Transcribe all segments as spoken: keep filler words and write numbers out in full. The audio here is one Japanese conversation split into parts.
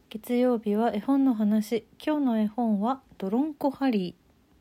月曜日は絵本の話。今日の絵本はドロンコハリー。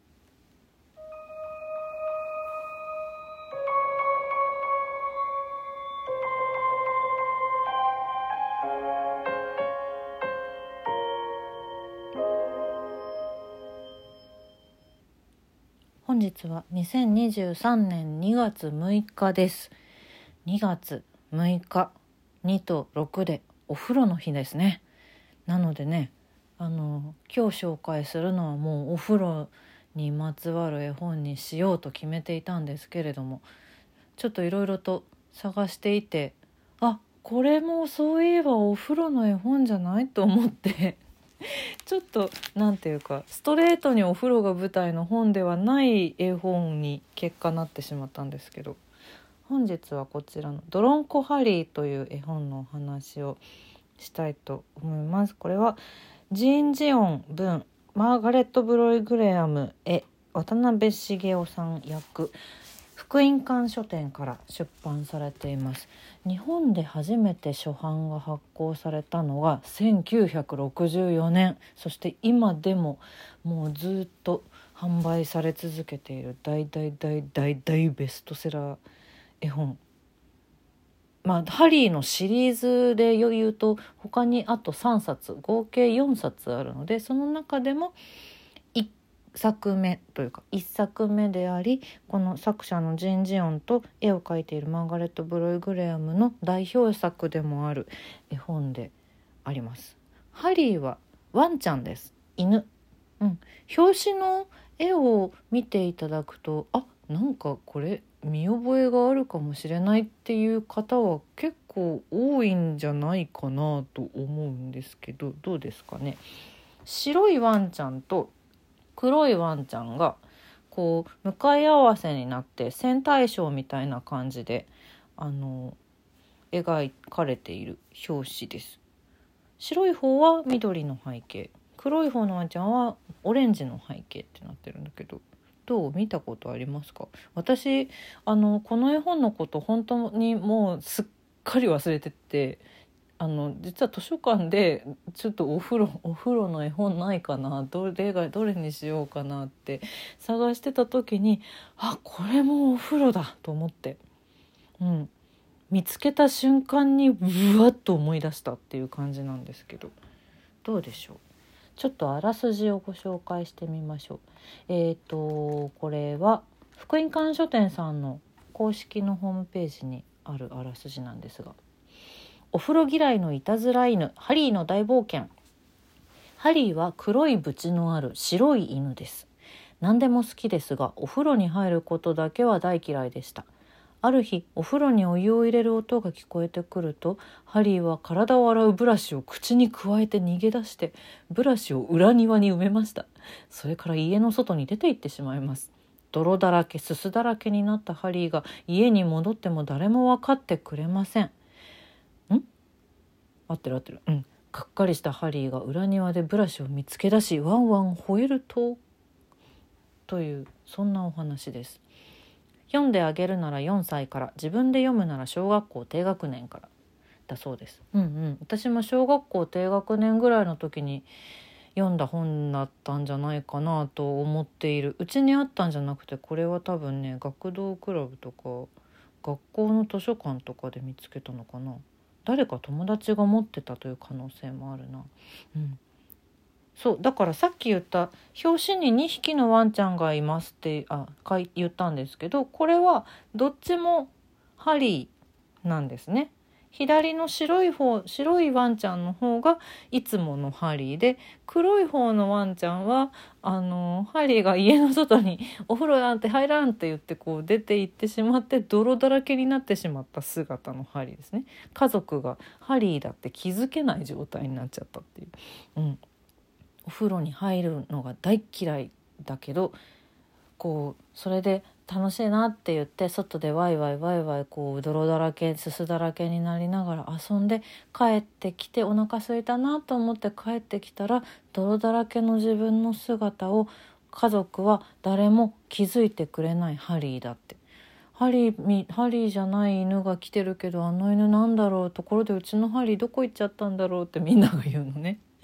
本日はにせんにじゅうさんねんにがつむいかです。にがつむいか、にとろくでお風呂の日ですね。なのでね、あの今日紹介するのはもうお風呂にまつわる絵本にしようと決めていたんですけれども、ちょっといろいろと探していて、あ、これもそういえばお風呂の絵本じゃないと思ってちょっとなんていうかストレートにお風呂が舞台の本ではない絵本に結果なってしまったんですけど、本日はこちらのドロンコハリーという絵本のお話をしたいと思います。これはジーン・ジオン文、マーガレット・ブロイ・グレアム絵、渡辺茂雄さん役、福音館書店から出版されています。日本で初めて初版が発行されたのがせんきゅうひゃくろくじゅうよねん、そして今でももうずっと販売され続けている大大大大大ベストセラー絵本。まあ、ハリーのシリーズで言うと他にあとさんさつ、合計よんさつあるので、その中でもいっさくめというかいっさくめであり、この作者のジーン・ジオンと絵を描いているマーガレット・ブロイ・グレアムの代表作でもある絵本であります。ハリーはワンちゃんです。犬、うん、表紙の絵を見ていただくと、あ、なんかこれ見覚えがあるかもしれないっていう方は結構多いんじゃないかなと思うんですけど、どうですかね。白いワンちゃんと黒いワンちゃんがこう向かい合わせになって線対称みたいな感じであの描かれている表紙です。白い方は緑の背景、黒い方のワンちゃんはオレンジの背景ってなってるんだけど、どう見たことありますか？私あのこの絵本のこと本当にもうすっかり忘れてて、あの実は図書館でちょっとお風呂お風呂の絵本ないかな、どれがどれにしようかなって探してた時に、あ、これもお風呂だと思って、うん、見つけた瞬間にうわっと思い出したっていう感じなんですけど、どうでしょう。ちょっとあらすじをご紹介してみましょう。えーとこれは福音館書店さんの公式のホームページにあるあらすじなんですが、お風呂嫌いのいたずら犬ハリーの大冒険。ハリーは黒い縁のある白い犬です。何でも好きですが、お風呂に入ることだけは大嫌いでした。ある日、お風呂にお湯を入れる音が聞こえてくると、ハリーは体を洗うブラシを口にくわえて逃げ出して、ブラシを裏庭に埋めました。それから家の外に出て行ってしまいます。泥だらけ、すすだらけになったハリーが家に戻っても誰も分かってくれません。ん？合ってる合ってる。うん。がっかりしたハリーが裏庭でブラシを見つけ出し、ワンワン吠えると、というそんなお話です。読んであげるならよんさいから、自分で読むなら小学校低学年からだそうです。うんうん、私も小学校低学年ぐらいの時に読んだ本だったんじゃないかなと思っている。うちにあったんじゃなくて、これは多分ね、学童クラブとか学校の図書館とかで見つけたのかな。誰か友達が持ってたという可能性もあるな。うん、そうだからさっき言った表紙ににひきのワンちゃんがいますってあかい言ったんですけど、これはどっちもハリーなんですね。左の白い方白いワンちゃんの方がいつものハリーで、黒い方のワンちゃんはあのハリーが家の外にお風呂なんて入らんって言ってこう出て行ってしまって泥だらけになってしまった姿のハリーですね。家族がハリーだって気づけない状態になっちゃったっていう、うん、お風呂に入るのが大嫌いだけど、こうそれで楽しいなって言って外でワイワイワイワイこう泥だらけすすだらけになりながら遊んで帰ってきて、お腹空いたなと思って帰ってきたら、泥だらけの自分の姿を家族は誰も気づいてくれないハリーだって。ハリー、ハリーじゃない犬が来てるけど、あの犬なんだろう、ところでうちのハリーどこ行っちゃったんだろうってみんなが言うのね。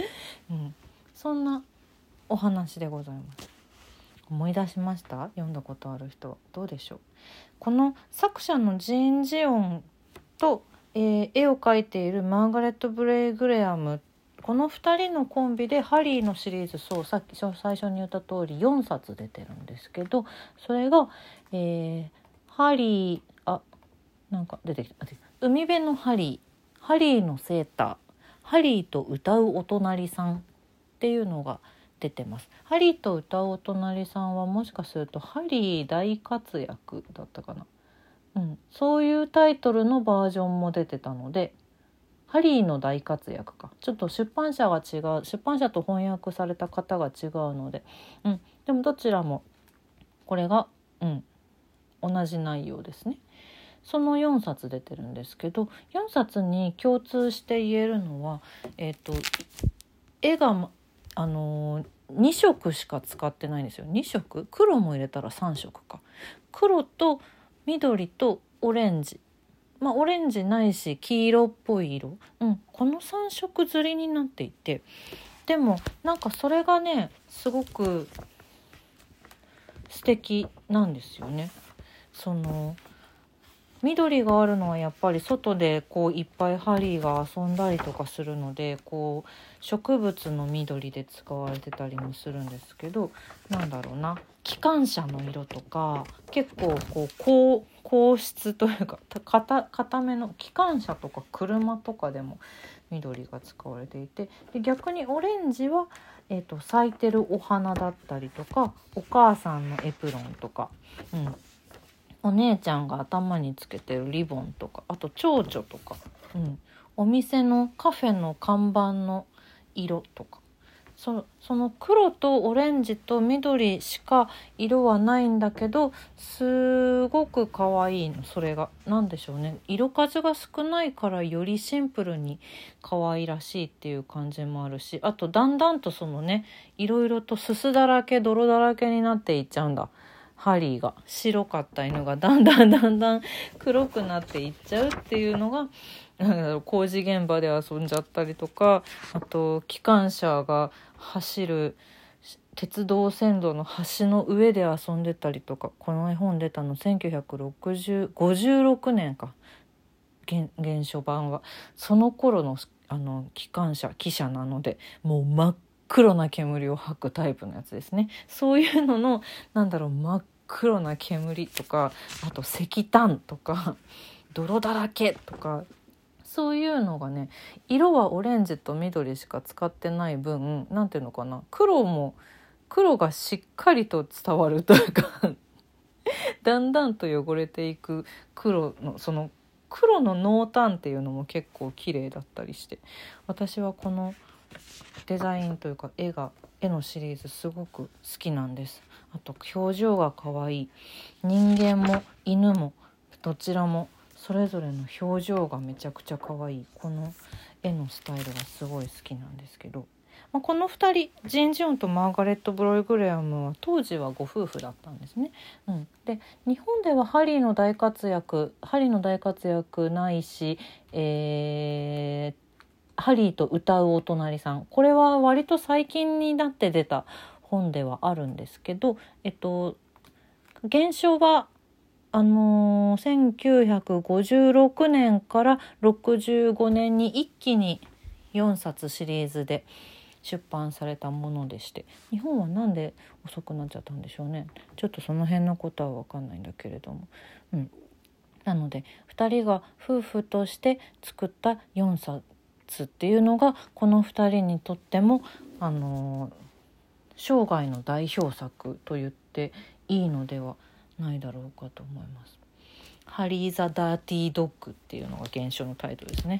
うん、そんなお話でございます。思い出しました？読んだことある人はどうでしょう。この作者のジーン・ジオンと、えー、絵を描いているマーガレット・ブレイ・グレアム、このふたりのコンビでハリーのシリーズ、そうさっき最初に言った通りよんさつ出てるんですけど、それが、えー、ハリーあなんか出てきた海辺のハリー、ハリーのセーター、ハリーと歌うお隣さんっていうのが出てます。ハリーと歌うお隣さんはもしかするとハリー大活躍だったかな、うん、そういうタイトルのバージョンも出てたので、ハリーの大活躍か、ちょっと出版社が違う、出版社と翻訳された方が違うので、うん、でもどちらもこれが、うん、同じ内容ですね。そのよんさつ出てるんですけど、よんさつに共通して言えるのは、えっと、絵が、あのー、にしょくしか使ってないんですよ。にしょく、黒も入れたらさんしょくか。黒と緑とオレンジ、まあオレンジないし黄色っぽい色、うん、このさんしょく刷りになっていて、でもなんかそれがねすごく素敵なんですよね。その緑があるのはやっぱり外でこういっぱいハリーが遊んだりとかするので、こう植物の緑で使われてたりもするんですけど、なんだろうな、機関車の色とか結構こう高硬質というか硬めの機関車とか車とかでも緑が使われていて、で逆にオレンジは、えーと、咲いてるお花だったりとか、お母さんのエプロンとか、うんお姉ちゃんが頭につけてるリボンとか、あと蝶々とか、うん、お店のカフェの看板の色とか、そ, その黒とオレンジと緑しか色はないんだけど、すごく可愛いの。それがなんでしょうね、色数が少ないからよりシンプルに可愛らしいっていう感じもあるし、あとだんだんとそのね、いろいろとすすだらけ泥だらけになっていっちゃうんだ。ハリーが白かった犬がだんだんだんだん黒くなっていっちゃうっていうのが、工事現場で遊んじゃったりとか、あと機関車が走る鉄道線路の橋の上で遊んでたりとか、この絵本出たのせんきゅうひゃくろくじゅう、ごじゅうろくねんか、原, 原初版はその頃のあの機関車汽車なので、もう真っ黒な煙を吐くタイプのやつですね。そういうののなんだろう、真っ黒な煙とか、あと石炭とか泥だらけとか、そういうのがね、色はオレンジと緑しか使ってない分、なんていうのかな、黒も黒がしっかりと伝わるというかだんだんと汚れていく黒のその黒の濃淡っていうのも結構綺麗だったりして、私はこのデザインというか絵が絵のシリーズすごく好きなんです。あと表情が可愛い、人間も犬もどちらもそれぞれの表情がめちゃくちゃ可愛い、この絵のスタイルがすごい好きなんですけど、まあ、このふたりジーン・ジオンとマーガレット・ブロイ・グレアムは当時はご夫婦だったんですね、うん、で日本ではハリーの大活躍ハリーの大活躍ないし、えーハリーと歌うお隣さん、これは割と最近になって出た本ではあるんですけど、えっと原書はあのー、せんきゅうひゃくごじゅうろくねんからろくじゅうごねんに一気によんさつシリーズで出版されたものでして、日本はなんで遅くなっちゃったんでしょうね。ちょっとその辺のことは分かんないんだけれども、うん、なのでふたりが夫婦として作ったよんさつっていうのがこのふたりにとっても、あのー、生涯の代表作と言っていいのではないだろうかと思います。ハリー・ザ・ダーティー・ドッグっていうのが原書のタイトルですね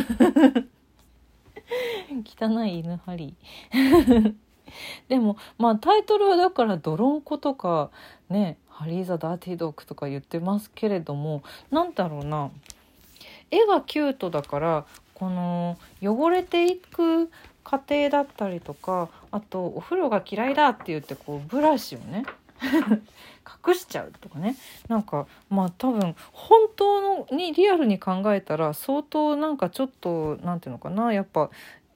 汚い犬ハリーでもまあタイトルはだからドロンコとかね、ハリー・ザ・ダーティー・ドッグとか言ってますけれども、なんだろうな、絵がキュートだから、この汚れていく過程だったりとか、あとお風呂が嫌いだって言ってこうブラシをね隠しちゃうとかね、なんかまあ多分本当のにリアルに考えたら相当なんかちょっとなんていうのかな、やっぱ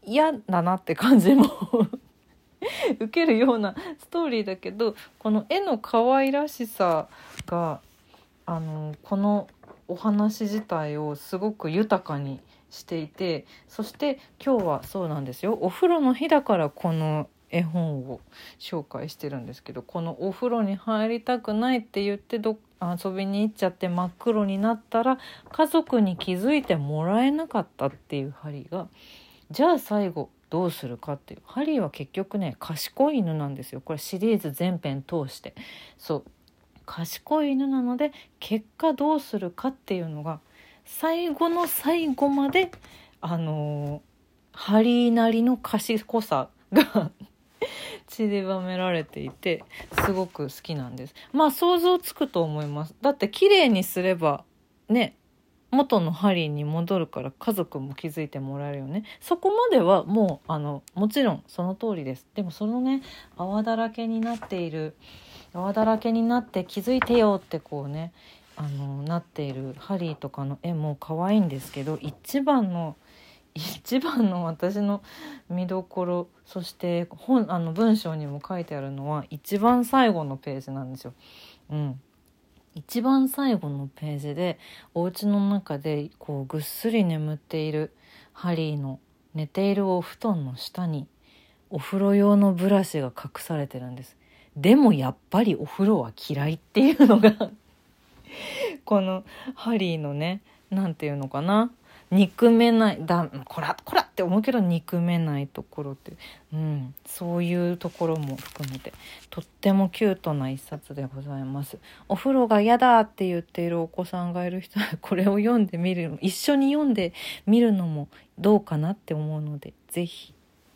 嫌だなって感じも受けるようなストーリーだけど、この絵の可愛らしさがあのこのお話自体をすごく豊かにしていて、そして今日はそうなんですよ、お風呂の日だからこの絵本を紹介してるんですけど、このお風呂に入りたくないって言ってど遊びに行っちゃって真っ黒になったら家族に気づいてもらえなかったっていうハリーが、じゃあ最後どうするかっていう、ハリーは結局ね賢い犬なんですよ。これシリーズ全編通してそう賢い犬なので、結果どうするかっていうのが最後の最後まであのー、ハリーなりの賢さが散りばめられていてすごく好きなんです。まあ想像つくと思います。だって綺麗にすればね元のハリーに戻るから家族も気づいてもらえるよね。そこまではもうあのもちろんその通りです。でもそのね泡だらけになっている泡だらけになって気づいてよってこうねあのなっているハリーとかの絵も可愛いんですけど、一番の一番の私の見どころ、そして本あの文章にも書いてあるのは一番最後のページなんですよ。うん、一番最後のページでお家の中でこうぐっすり眠っているハリーの寝ているお布団の下にお風呂用のブラシが隠されてるんです。でもやっぱりお風呂は嫌いっていうのがこのハリーのねなんていうのかな、憎めないだこらこらって思うけど憎めないところって、うん、そういうところも含めてとってもキュートな一冊でございます。お風呂が嫌だって言っているお子さんがいる人はこれを読んでみる、一緒に読んでみるのもどうかなって思うので、ぜひ